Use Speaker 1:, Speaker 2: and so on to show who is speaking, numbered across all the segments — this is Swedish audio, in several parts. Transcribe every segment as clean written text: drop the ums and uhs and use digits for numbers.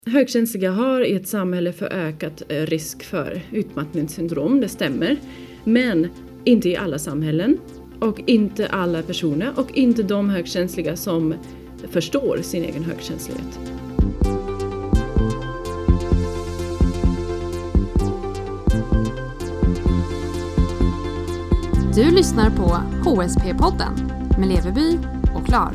Speaker 1: Högkänsliga har i ett samhälle ökat risk för utmattningssyndrom, det stämmer. Men inte i alla samhällen och inte alla personer och inte de högkänsliga som förstår sin egen högkänslighet.
Speaker 2: Du lyssnar på HSP-podden med Leverby och Klar.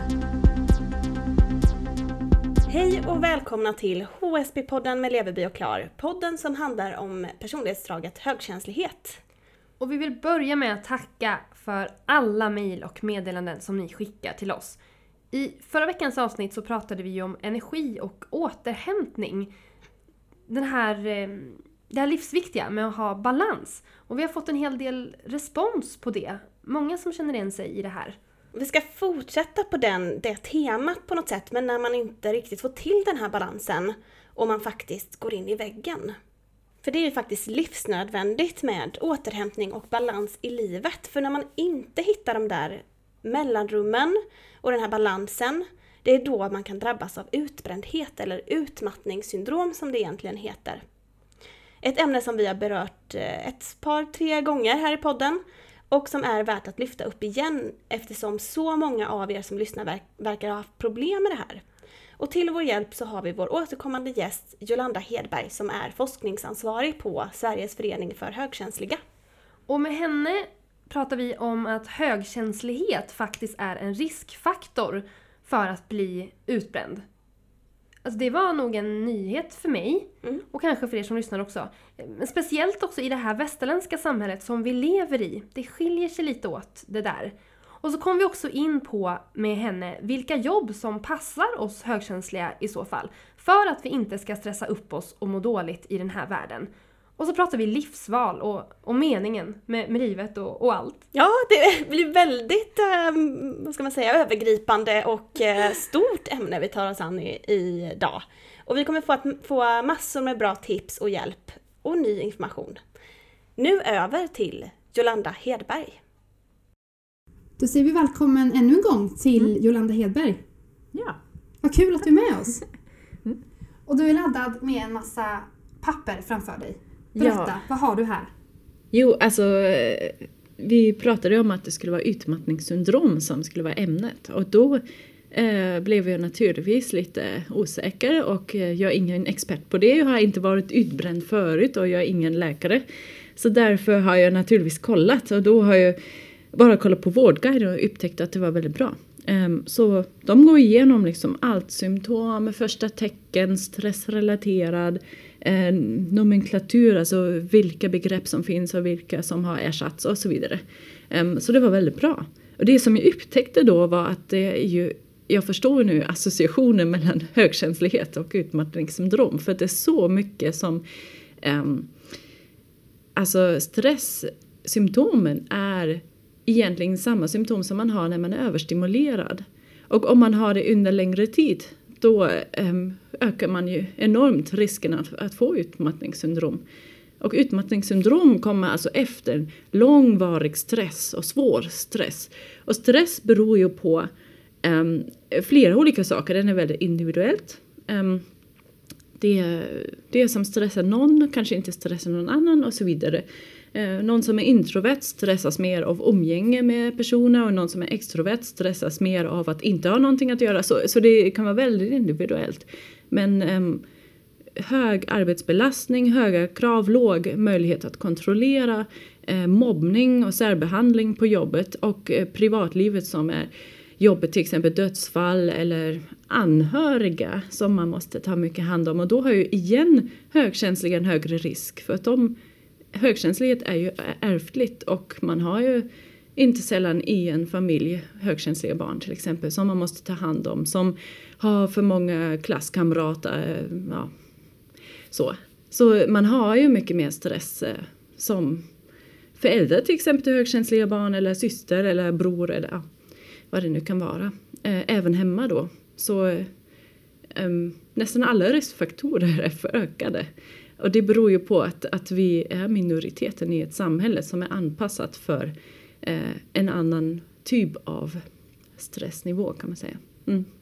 Speaker 3: Hej och välkomna till HSP-podden med Leverby och Klar. Podden som handlar om personlighetsdraget högkänslighet.
Speaker 4: Och vi vill börja med att tacka för alla mejl och meddelanden som ni skickar till oss. I förra veckans avsnitt så pratade vi om energi och återhämtning. Det här livsviktiga med att ha balans. Och vi har fått en hel del respons på det. Många som känner igen sig i det här.
Speaker 3: Vi ska fortsätta på det temat på något sätt, men när man inte riktigt får till den här balansen och man faktiskt går in i väggen. För det är ju faktiskt livsnödvändigt med återhämtning och balans i livet. För när man inte hittar de där mellanrummen och den här balansen, det är då man kan drabbas av utbrändhet eller utmattningssyndrom som det egentligen heter. Ett ämne som vi har berört ett par, 3 gånger här i podden och som är värt att lyfta upp igen eftersom så många av er som lyssnar verkar ha haft problem med det här. Och till vår hjälp så har vi vår återkommande gäst Jolanda Hedberg som är forskningsansvarig på Sveriges förening för högkänsliga.
Speaker 4: Och med henne pratar vi om att högkänslighet faktiskt är en riskfaktor för att bli utbränd. Alltså det var nog en nyhet för mig och kanske för er som lyssnar också. Men speciellt också i det här västerländska samhället som vi lever i. Det skiljer sig lite åt det där. Och så kom vi också in på med henne vilka jobb som passar oss högkänsliga i så fall. För att vi inte ska stressa upp oss och må dåligt i den här världen. Och så pratar vi livsval och meningen med livet och allt.
Speaker 3: Ja, det blir väldigt övergripande och stort ämne vi tar oss an idag. Och vi kommer få massor med bra tips och hjälp och ny information. Nu över till Jolanda Hedberg.
Speaker 5: Då säger vi välkommen ännu en gång till Jolanda Hedberg.
Speaker 6: Ja.
Speaker 5: Vad kul att du är med oss. Och du är laddad med en massa papper framför dig. Berätta, vad har du här?
Speaker 1: Jo, alltså vi pratade om att det skulle vara utmattningssyndrom som skulle vara ämnet. Och då blev jag naturligtvis lite osäker och jag är ingen expert på det. Jag har inte varit utbränd förut och jag är ingen läkare. Så därför har jag naturligtvis kollat och då har jag bara kollat på Vårdguiden och upptäckt att det var väldigt bra. Så de går igenom liksom allt symptom, första tecken, stressrelaterad nomenklatur, alltså vilka begrepp som finns och vilka som har ersatts och så vidare. Så det var väldigt bra. Och det som jag upptäckte då var att det är ju, jag förstår nu associationen mellan högkänslighet och utmattningssyndrom. För att det är så mycket som, alltså stresssymptomen är egentligen samma symptom som man har när man är överstimulerad. Och om man har det under längre tid, då ökar man ju enormt risken att få utmattningssyndrom. Och utmattningssyndrom kommer alltså efter långvarig stress och svår stress. Och stress beror ju på flera olika saker, den är väldigt individuellt. Det som stressar någon kanske inte stressar någon annan och så vidare. Någon som är introvert stressas mer av umgänge med personer och någon som är extrovert stressas mer av att inte ha någonting att göra. Så det kan vara väldigt individuellt. Men hög arbetsbelastning, höga krav, låg möjlighet att kontrollera, mobbning och särbehandling på jobbet och privatlivet som är jobbet, till exempel dödsfall eller anhöriga som man måste ta mycket hand om. Och då har ju igen högkänsliga en högre risk för att högkänslighet är ju ärftligt och man har ju inte sällan i en familj högkänsliga barn till exempel som man måste ta hand om, som har för många klasskamrater. Ja, så man har ju mycket mer stress som förälder till exempel till högkänsliga barn eller syster eller bror eller vad det nu kan vara. Även hemma då. Så nästan alla riskfaktorer är förökade. Och det beror ju på att vi är minoriteten i ett samhälle som är anpassat för en annan typ av stressnivå kan man säga.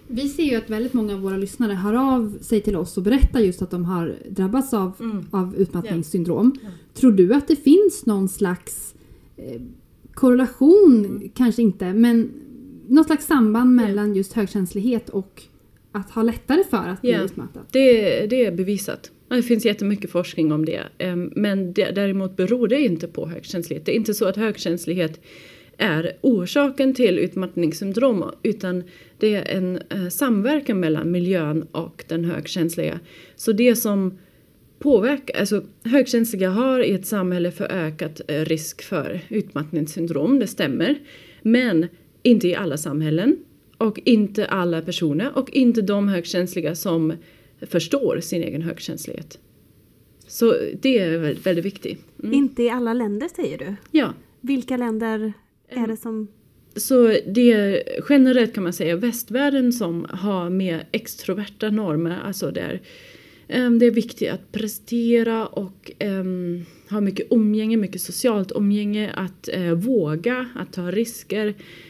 Speaker 5: Vi ser ju att väldigt många av våra lyssnare hör av sig till oss och berättar just att de har drabbats av utmattningssyndrom.
Speaker 1: Ja.
Speaker 5: Tror du att det finns någon slags korrelation, kanske inte, men något slags samband mellan just högkänslighet och att ha lättare för att bli utmattad?
Speaker 1: Det är bevisat. Det finns jättemycket forskning om det. Men däremot beror det inte på högkänslighet. Det är inte så att högkänslighet är orsaken till utmattningssyndrom, utan det är en samverkan mellan miljön och den högkänsliga. Så det som påverkar, alltså högkänsliga har i ett samhälle förökat risk för utmattningssyndrom, det stämmer. Men inte i alla samhällen och inte alla personer och inte de högkänsliga som förstår sin egen högkänslighet. Så det är väldigt, väldigt viktigt.
Speaker 3: Inte i alla länder, säger du?
Speaker 1: Ja.
Speaker 3: Vilka länder är det som...
Speaker 1: Så det är generellt, kan man säga, västvärlden som har mer extroverta normer. Alltså där det är viktigt att prestera och ha mycket umgänge, mycket socialt umgänge. Att våga, att ta risker.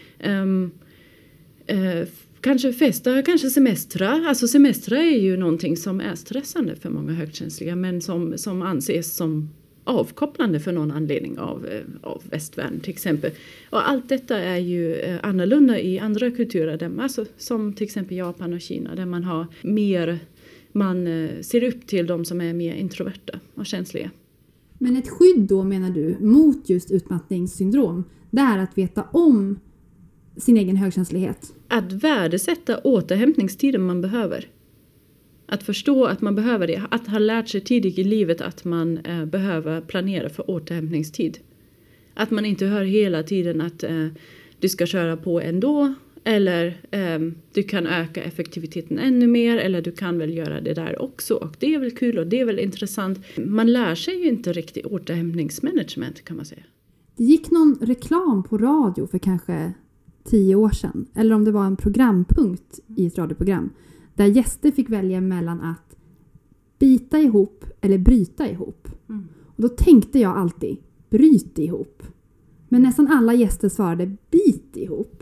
Speaker 1: Kanske festa, kanske semestra. Alltså semestra är ju någonting som är stressande för många högkänsliga, men som anses som avkopplande för någon anledning av västvärlden till exempel. Och allt detta är ju annorlunda i andra kulturer, där, alltså, som till exempel Japan och Kina, där man har mer, man ser upp till de som är mer introverta och känsliga.
Speaker 5: Men ett skydd då, menar du, mot just utmattningssyndrom, det är att veta om sin egen högkänslighet? Att
Speaker 1: värdesätta återhämtningstiden man behöver. Att förstå att man behöver det. Att ha lärt sig tidigt i livet att man behöver planera för återhämtningstid. Att man inte hör hela tiden att du ska köra på ändå. Eller du kan öka effektiviteten ännu mer. Eller du kan väl göra det där också. Och det är väl kul och det är väl intressant. Man lär sig ju inte riktigt återhämtningsmanagement, kan man säga.
Speaker 5: Det gick någon reklam på radio för kanske 10 år sedan. Eller om det var en programpunkt i ett radioprogram. Där gäster fick välja mellan att bita ihop eller bryta ihop. Och då tänkte jag alltid, bryt ihop. Men nästan alla gäster svarade, bit ihop.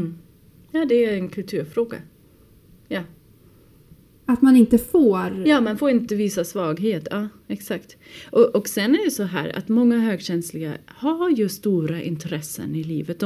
Speaker 1: Ja, det är en kulturfråga. Ja.
Speaker 5: Att man inte får...
Speaker 1: Ja, man får inte visa svaghet. Ja, exakt. Och sen är det så här att många högkänsliga har ju stora intressen i livet.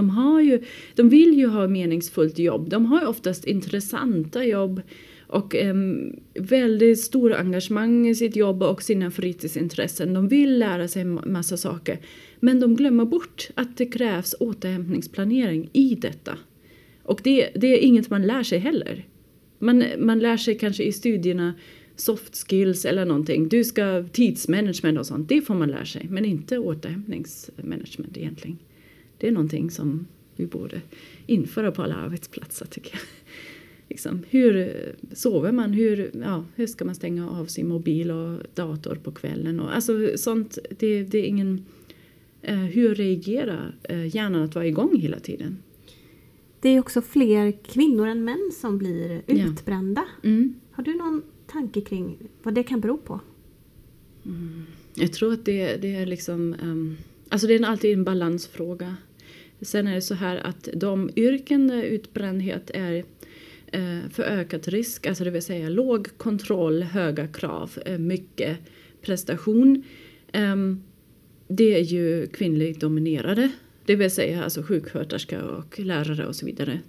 Speaker 1: De vill ju ha meningsfullt jobb. De har ju oftast intressanta jobb. Och väldigt stora engagemang i sitt jobb och sina fritidsintressen. De vill lära sig massa saker. Men de glömmer bort att det krävs återhämtningsplanering i detta. Och det är inget man lär sig heller. Man lär sig kanske i studierna soft skills eller någonting. Du ska tidsmanagement och sånt. Det får man lära sig. Men inte återhämtningsmanagement egentligen. Det är någonting som vi borde införa på alla arbetsplatser, tycker jag. Liksom, hur sover man? Hur ska man stänga av sin mobil och dator på kvällen? Och, alltså sånt, det är ingen... hur reagerar hjärnan att vara igång hela tiden?
Speaker 3: Det är också fler kvinnor än män som blir utbrända. Har du någon tanke kring vad det kan bero på?
Speaker 1: Jag tror att det är liksom... alltså det är alltid en balansfråga. Sen är det så här att de yrken där utbrändhet är för ökad risk, alltså det vill säga låg kontroll, höga krav, mycket prestation. Det är ju kvinnligt dominerade. Det vill säga alltså sjuksköterska och lärare och så vidare.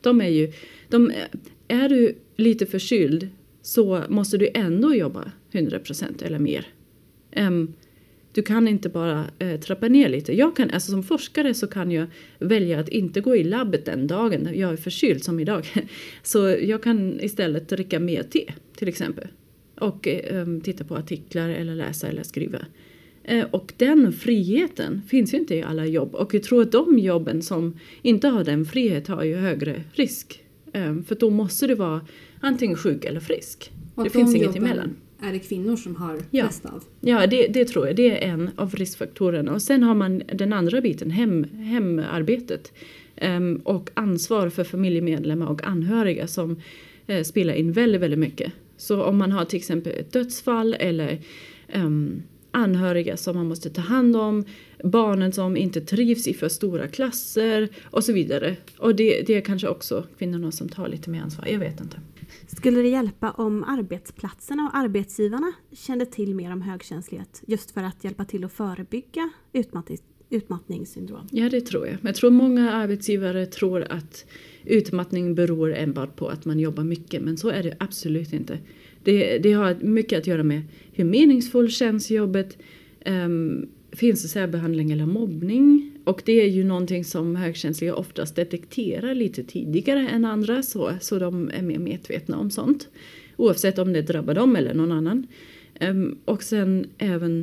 Speaker 1: Är du lite förkyld så måste du ändå jobba 100% eller mer. Du kan inte bara trappa ner lite. Alltså som forskare så kan jag välja att inte gå i labbet den dagen jag är förkyld som idag. Så jag kan istället dricka mer te till exempel. Och titta på artiklar eller läsa eller skriva. Och den friheten finns ju inte i alla jobb. Och jag tror att de jobben som inte har den frihet har ju högre risk. För då måste du vara antingen sjuk eller frisk. Och det finns inget emellan.
Speaker 5: Är det kvinnor som har mest av?
Speaker 1: Ja, det tror jag. Det är en av riskfaktorerna. Och sen har man den andra biten, hemarbetet. Och ansvar för familjemedlemmar och anhöriga som spelar in väldigt, väldigt mycket. Så om man har till exempel ett dödsfall eller anhöriga som man måste ta hand om, barnen som inte trivs i för stora klasser och så vidare. Och det är kanske också kvinnorna som tar lite mer ansvar, jag vet inte.
Speaker 3: Skulle det hjälpa om arbetsplatserna och arbetsgivarna kände till mer om högkänslighet just för att hjälpa till att förebygga utmattningssyndrom?
Speaker 1: Ja, det tror jag. Men jag tror många arbetsgivare tror att utmattning beror enbart på att man jobbar mycket. Men så är det absolut inte. Det har mycket att göra med hur meningsfull känns jobbet. Finns det särbehandling eller mobbning? Och det är ju någonting som högkänsliga oftast detekterar lite tidigare än andra. Så de är mer medvetna om sånt. Oavsett om det drabbar dem eller någon annan. Och sen även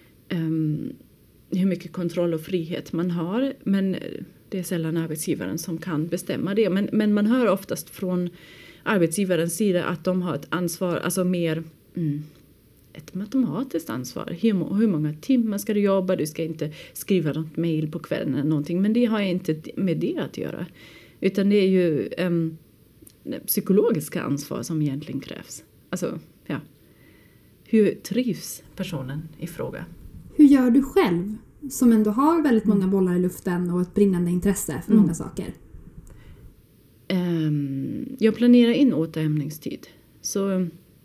Speaker 1: hur mycket kontroll och frihet man har. Men det är sällan arbetsgivaren som kan bestämma det. Men man hör oftast från arbetsgivarens sida att de har ett ansvar, alltså mer ett matematiskt ansvar. Hur många timmar ska du jobba? Du ska inte skriva något mejl på kvällen eller någonting. Men det har inte med det att göra. Utan det är ju psykologiska ansvar som egentligen krävs. Alltså, ja. Hur trivs personen i fråga?
Speaker 5: Hur gör du själv som ändå har väldigt många bollar i luften och ett brinnande intresse för många saker?
Speaker 1: Jag planerar in återhämtningstid. Så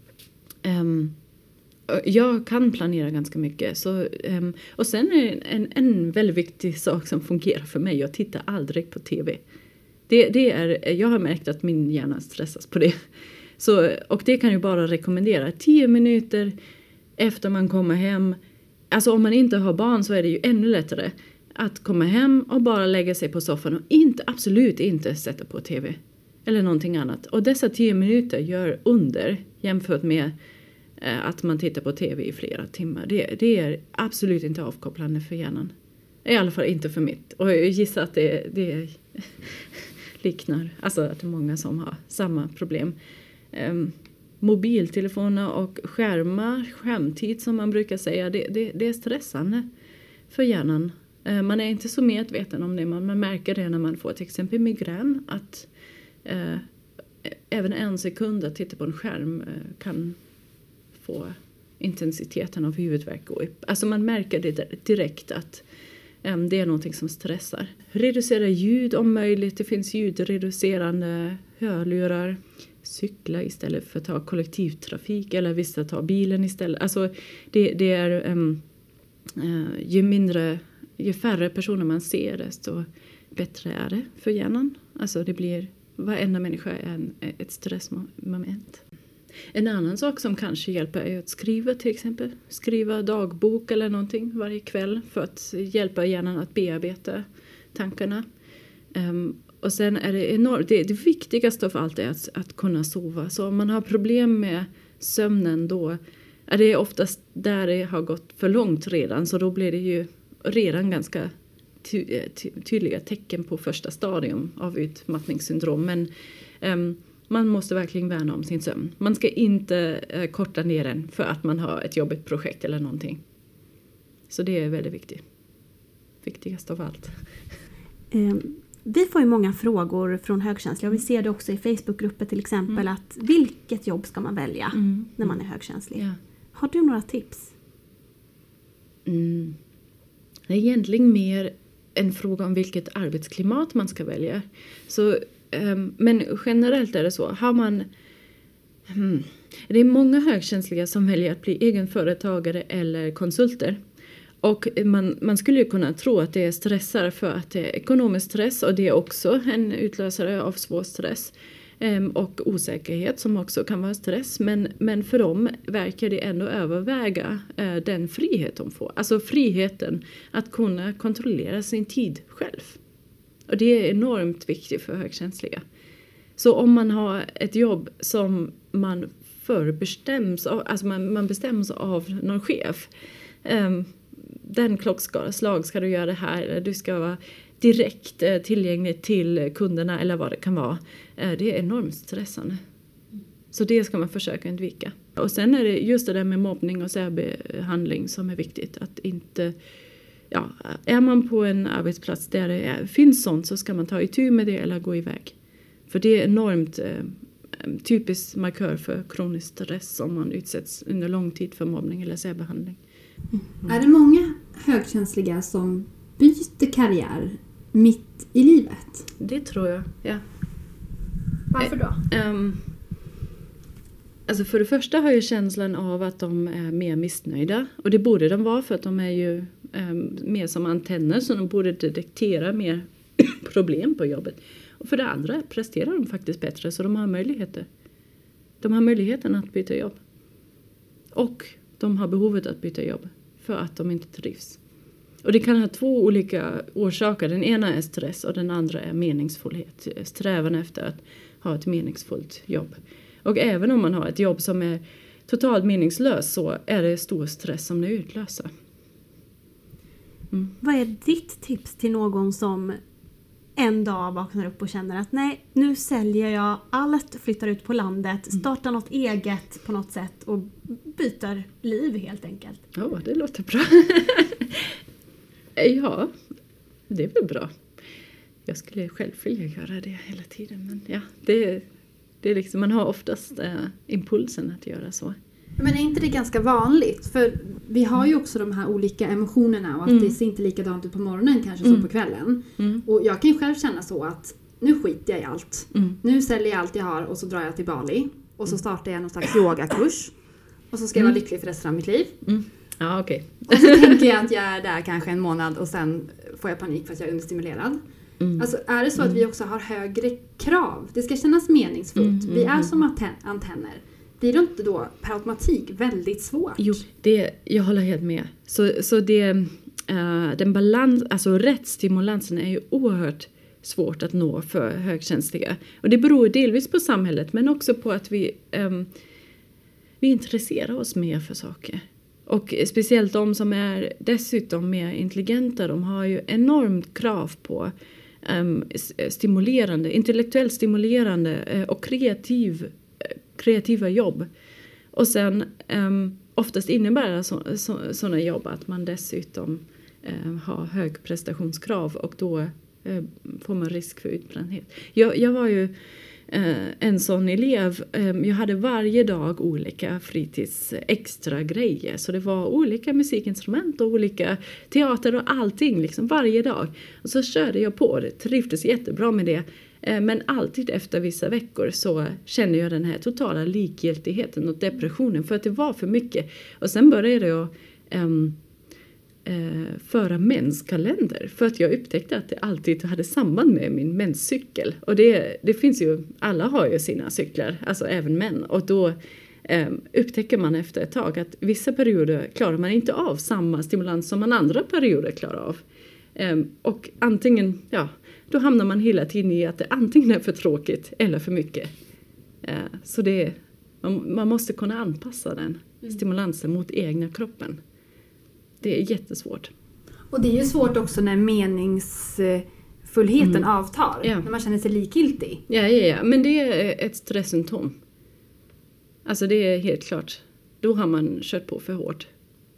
Speaker 1: jag kan planera ganska mycket. Så, och sen är en väldigt viktig sak som fungerar för mig. Jag tittar aldrig på tv. Jag har märkt att min hjärna stressas på det. Så, och det kan jag bara rekommendera. 10 minuter efter man kommer hem. Alltså om man inte har barn så är det ju ännu lättare att komma hem och bara lägga sig på soffan och absolut inte sätta på tv eller någonting annat. Och dessa 10 minuter gör under jämfört med att man tittar på tv i flera timmar. Det är absolut inte avkopplande för hjärnan. I alla fall inte för mitt. Och jag gissar att det liknar, alltså att det är många som har samma problem. Mobiltelefoner och skärmtid som man brukar säga, det är stressande för hjärnan. Man är inte så medveten om det, man märker det när man får till exempel migrän, att även 1 sekund att titta på en skärm kan få intensiteten av huvudvärk gå upp. Alltså man märker det direkt att det är någonting som stressar. Reducera ljud om möjligt, det finns ljudreducerande hörlurar. Cykla istället för att ta kollektivtrafik eller vissa tar bilen istället. Alltså det är ju färre personer man ser desto bättre är det för hjärnan. Alltså det blir, varenda människa är ett stressmoment. En annan sak som kanske hjälper är att skriva till exempel. Skriva dagbok eller någonting varje kväll för att hjälpa hjärnan att bearbeta tankarna. Och sen är det enormt, det viktigaste av allt är att kunna sova. Så om man har problem med sömnen då är det oftast där det har gått för långt redan. Så då blir det ju redan ganska tydliga tecken på första stadium av utmattningssyndrom. Men man måste verkligen värna om sin sömn. Man ska inte korta ner den för att man har ett jobbigt projekt eller någonting. Så det är väldigt viktigt. Viktigast av allt.
Speaker 3: Vi får ju många frågor från högkänsliga och vi ser det också i Facebookgrupper till exempel att vilket jobb ska man välja när man är högkänslig? Ja. Har du några tips?
Speaker 1: Det är egentligen mer en fråga om vilket arbetsklimat man ska välja. Så, men generellt är det så. Det är många högkänsliga som väljer att bli egenföretagare eller konsulter. Och man skulle ju kunna tro att det är stressar för att det är ekonomisk stress och det är också en utlösare av svår stress. Och osäkerhet som också kan vara stress. Men för dem verkar det ändå överväga den frihet de får. Alltså friheten att kunna kontrollera sin tid själv. Och det är enormt viktigt för högkänsliga. Så om man har ett jobb som man förbestäms av, alltså man bestäms av någon chef. Den klockslag ska du göra det här. Eller du ska vara direkt tillgänglig till kunderna eller vad det kan vara. Det är enormt stressande. Så det ska man försöka undvika. Och sen är det just det där med mobbning och särbehandling som är viktigt. Att inte, är man på en arbetsplats där det finns sånt så ska man ta itu med det eller gå iväg. För det är enormt typisk markör för kronisk stress om man utsätts under lång tid för mobbning eller särbehandling.
Speaker 5: Är det många högkänsliga som byter karriär mitt i livet?
Speaker 1: Det tror jag, ja.
Speaker 4: Varför då?
Speaker 1: Alltså för det första har jag känslan av att de är mer missnöjda. Och det borde de vara för att de är ju mer som antenner så de borde detektera mer problem på jobbet. Och för det andra presterar de faktiskt bättre så de har möjligheter. De har möjligheten att byta jobb. Och de har behovet att byta jobb för att de inte trivs. Och det kan ha 2 olika orsaker. Den ena är stress och den andra är meningsfullhet. Strävan efter att ha ett meningsfullt jobb. Och även om man har ett jobb som är totalt meningslöst så är det stor stress som det utlöser.
Speaker 3: Vad är ditt tips till någon som en dag vaknar upp och känner att nej, nu säljer jag allt, flyttar ut på landet, startar något eget på något sätt och byter liv helt enkelt?
Speaker 1: Ja, det låter bra. Ja, det är väl bra. Jag skulle själv vilja göra det hela tiden. Men ja, det är liksom, man har oftast impulsen att göra så.
Speaker 5: Men är inte det ganska vanligt? För vi har ju också de här olika emotionerna och att det ser inte likadant ut på morgonen kanske som på kvällen. Och jag kan ju själv känna så att nu skiter jag i allt. Nu säljer jag allt jag har och så drar jag till Bali. Och så startar jag någon slags yogakurs. Och så ska jag vara lycklig för resten av mitt liv.
Speaker 1: Ja, okej.
Speaker 5: Och så tänker jag att jag är där kanske en månad och sen får jag panik för att jag är understimulerad. Alltså är det så att vi också har högre krav? Det ska kännas meningsfullt. Vi är som antenner. Blir det inte då per automatik väldigt svårt?
Speaker 1: Jo, jag håller helt med. Så den balans, alltså rättstimulansen är ju oerhört svårt att nå för högkänsliga. Och det beror delvis på samhället men också på att vi intresserar oss mer för saker. Och speciellt de som är dessutom mer intelligenta, de har ju enormt krav på intellektuellt stimulerande och kreativa jobb. Och sen oftast innebär sådana jobb att man dessutom har hög prestationskrav och då får man risk för utbrändhet. Jag var ju en sån elev. Jag hade varje dag olika fritids extra grejer. Så det var olika musikinstrument och olika teater och allting liksom varje dag. Och så körde jag på det. Trivdes jättebra med det. Men alltid efter vissa veckor så kände jag den här totala likgiltigheten och depressionen. För att det var för mycket. Och sen började jag föra menskalender. För att jag upptäckte att det alltid hade samband med min menscykel. Och det finns ju, alla har ju sina cyklar, alltså även män. Och då upptäcker man efter ett tag att vissa perioder klarar man inte av samma stimulans som man andra perioder klarar av. Och antingen, då hamnar man hela tiden i att det antingen är för tråkigt eller för mycket. Så man måste kunna anpassa den stimulansen mot egna kroppen. Det är jättesvårt.
Speaker 5: Och det är ju svårt också när meningsfullheten avtar. Ja. När man känner sig likgiltig.
Speaker 1: Ja. Men det är ett stresssymptom. Alltså det är helt klart. Då har man kört på för hårt.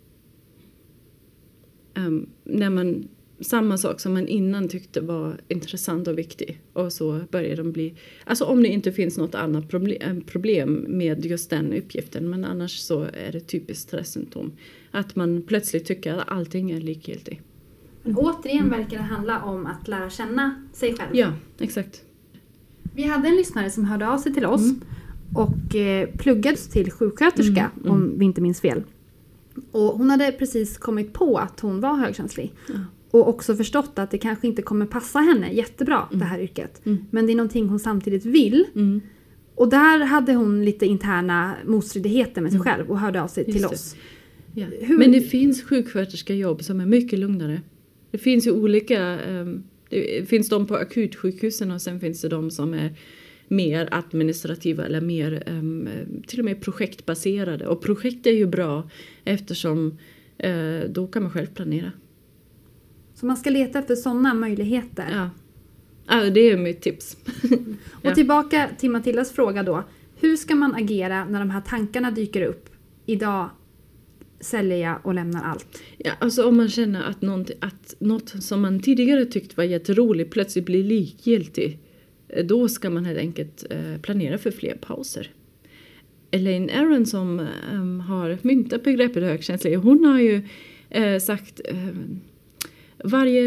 Speaker 1: Samma sak som man innan tyckte var intressant och viktig. Och så börjar de bli... Alltså om det inte finns något annat problem med just den uppgiften. Men annars så är det typiskt stresssymptom. Att man plötsligt tycker att allting är likgiltigt.
Speaker 5: Men återigen verkar det handla om att lära känna sig själv.
Speaker 1: Ja, exakt.
Speaker 5: Vi hade en lyssnare som hörde av sig till oss. Och pluggade till sjuksköterska, om vi inte minns fel. Och hon hade precis kommit på att hon var högkänslig. Och också förstått att det kanske inte kommer passa henne jättebra, det här yrket. Men det är någonting hon samtidigt vill. Och där hade hon lite interna motstridigheter med sig själv och hörde av sig till oss.
Speaker 1: Ja. Men det finns sjuksköterskejobb som är mycket lugnare. Det finns ju olika... Det finns de på akutsjukhusen och sen finns det de som är mer administrativa eller mer till och med projektbaserade. Och projekt är ju bra eftersom då kan man själv planera.
Speaker 5: Så man ska leta efter sådana möjligheter?
Speaker 1: Ja, det är mitt tips.
Speaker 5: Och tillbaka till Matildas fråga då. Hur ska man agera när de här tankarna dyker upp? Idag säljer jag och lämnar allt. Ja, alltså om man känner att något som man tidigare tyckt var jätteroligt plötsligt blir likgiltigt. Då ska man helt enkelt planera för fler pauser. Elaine Aron som har myntat begreppet högkänslig. Hon har ju sagt varje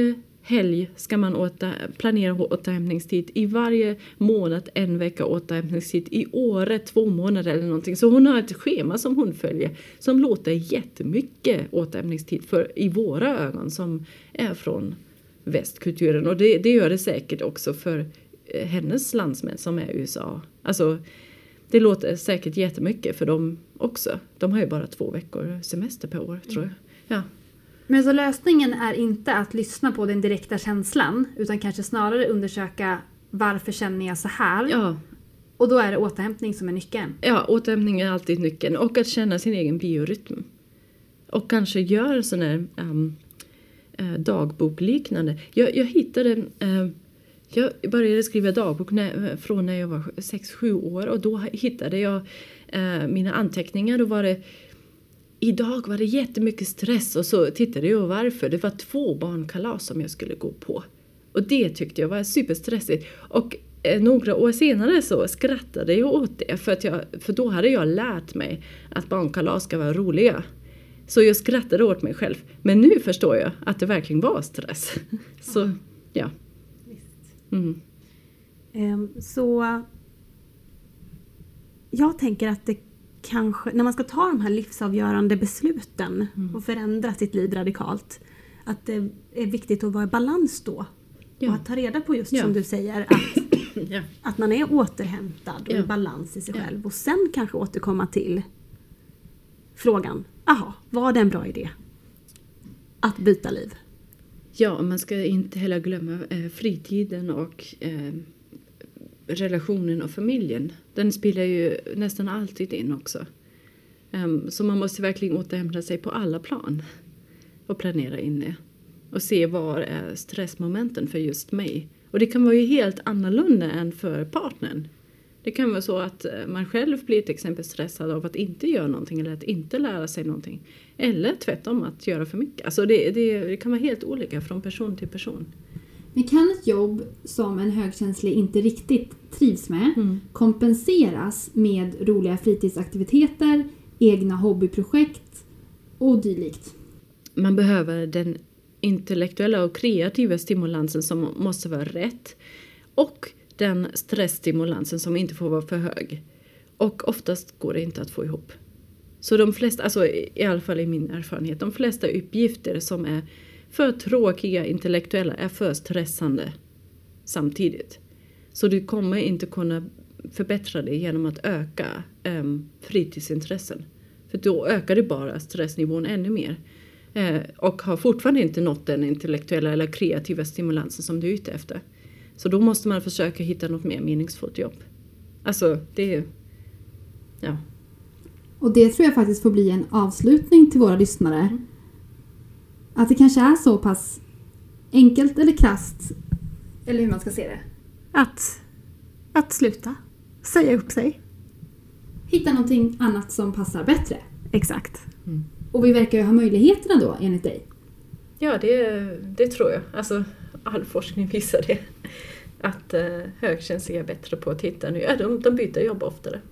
Speaker 1: helg ska man planera återhämtningstid. I varje månad 1 vecka återhämtningstid. I året 2 månader eller någonting. Så hon har ett schema som hon följer. Som låter jättemycket återhämtningstid i våra ögon som är från västkulturen. Och det gör det säkert också för hennes landsmän som är i USA. Alltså det låter säkert jättemycket för dem också. De har ju bara 2 veckor semester per år tror jag. Ja.
Speaker 5: Men så lösningen är inte att lyssna på den direkta känslan utan kanske snarare undersöka varför känner jag så här?
Speaker 1: Ja.
Speaker 5: Och då är det återhämtning som är nyckeln.
Speaker 1: Ja, återhämtning är alltid nyckeln. Och att känna sin egen biorytm. Och kanske göra sån här dagbok liknande. Jag hittade... Jag började skriva dagbok från när jag var 6-7 år. Och då hittade jag mina anteckningar. Då var det... Idag var det jättemycket stress och så tittade jag varför. Det var 2 barnkalas som jag skulle gå på. Och det tyckte jag var superstressigt. Och några år senare så skrattade jag åt det. För då hade jag lärt mig att barnkalas ska vara roliga. Så jag skrattade åt mig själv. Men nu förstår jag att det verkligen var stress. Så ja. Mm.
Speaker 3: Så jag tänker att det kanske, när man ska ta de här livsavgörande besluten och förändra sitt liv radikalt, att det är viktigt att vara i balans då. Ja. Och att ta reda på just som du säger att man är återhämtad och i balans i sig själv. Och sen kanske återkomma till frågan, var det en bra idé att byta liv?
Speaker 1: Ja, man ska inte heller glömma fritiden och relationen och familjen. Den spelar ju nästan alltid in också. Så man måste verkligen återhämta sig på alla plan. Och planera in det. Och se var är stressmomenten för just mig. Och det kan vara ju helt annorlunda än för partnern. Det kan vara så att man själv blir till exempel stressad av att inte göra någonting. Eller att inte lära sig någonting. Eller tvärtom att göra för mycket. Alltså det kan vara helt olika från person till person.
Speaker 5: Men kan ett jobb som en högkänslig inte riktigt trivs med kompenseras med roliga fritidsaktiviteter, egna hobbyprojekt och dylikt?
Speaker 1: Man behöver den intellektuella och kreativa stimulansen som måste vara rätt. Och den stressstimulansen som inte får vara för hög. Och oftast går det inte att få ihop. Så de flesta, alltså i alla fall i min erfarenhet, de flesta uppgifter som är för tråkiga intellektuella är för stressande samtidigt. Så du kommer inte kunna förbättra det genom att öka fritidsintressen. För då ökar det bara stressnivån ännu mer. Och har fortfarande inte nått den intellektuella eller kreativa stimulansen som du är ute efter. Så då måste man försöka hitta något mer meningsfullt jobb. Alltså det är... Ja.
Speaker 5: Och det tror jag faktiskt får bli en avslutning till våra lyssnare. Att det kanske är så pass enkelt eller krasst, eller hur man ska se det.
Speaker 3: Att sluta. Säga upp sig.
Speaker 5: Hitta någonting annat som passar bättre.
Speaker 3: Exakt.
Speaker 5: Och vi verkar ju ha möjligheterna då, enligt dig.
Speaker 1: Ja, det tror jag. Alltså all forskning visar det. Att högkänsliga är bättre på att hitta nu. Ja, de byter jobb oftare.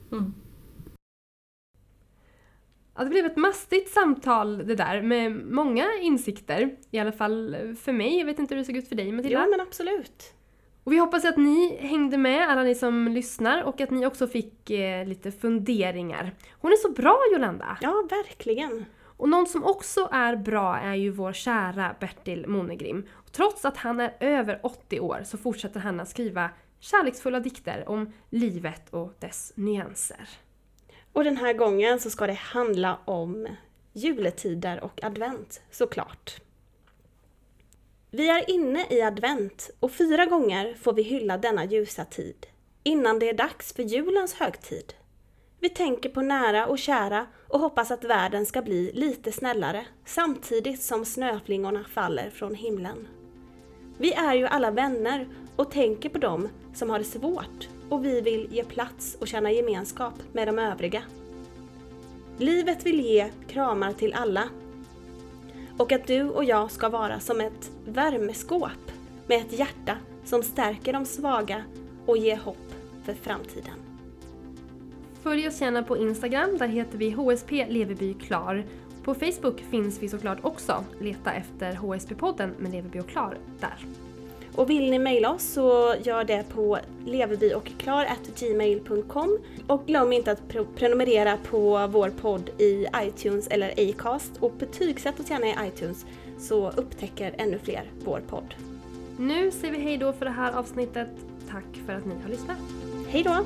Speaker 4: Ja, det blev ett mastigt samtal det där med många insikter. I alla fall för mig. Jag vet inte hur det såg ut för dig, Matilda.
Speaker 3: Ja, men absolut.
Speaker 4: Och vi hoppas att ni hängde med, alla ni som lyssnar. Och att ni också fick lite funderingar. Hon är så bra, Jolanda.
Speaker 3: Ja, verkligen.
Speaker 4: Och någon som också är bra är ju vår kära Bertil Monegrim. Och trots att han är över 80 år så fortsätter han att skriva kärleksfulla dikter om livet och dess nyanser.
Speaker 3: Och den här gången så ska det handla om juletider och advent, såklart. Vi är inne i advent och 4 gånger får vi hylla denna ljusa tid, innan det är dags för julens högtid. Vi tänker på nära och kära och hoppas att världen ska bli lite snällare, samtidigt som snöflingorna faller från himlen. Vi är ju alla vänner och tänker på dem som har det svårt, och vi vill ge plats och känna gemenskap med de övriga. Livet vill ge kramar till alla. Och att du och jag ska vara som ett värmeskåp med ett hjärta som stärker de svaga och ger hopp för framtiden.
Speaker 4: Följ oss gärna på Instagram, där heter vi HSP Leverby Klar. På Facebook finns vi såklart också. Leta efter HSP-podden med Leverby och Klar där.
Speaker 3: Och vill ni mejla oss så gör det på leverbyochklar@gmail.com. Och glöm inte att prenumerera på vår podd i iTunes eller Acast. Och betygsätt oss gärna i iTunes så upptäcker ännu fler vår podd.
Speaker 4: Nu säger vi hej då för det här avsnittet. Tack för att ni har lyssnat.
Speaker 3: Hej då!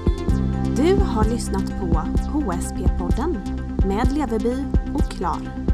Speaker 6: Du har lyssnat på HSP-podden med Leverby och Klar.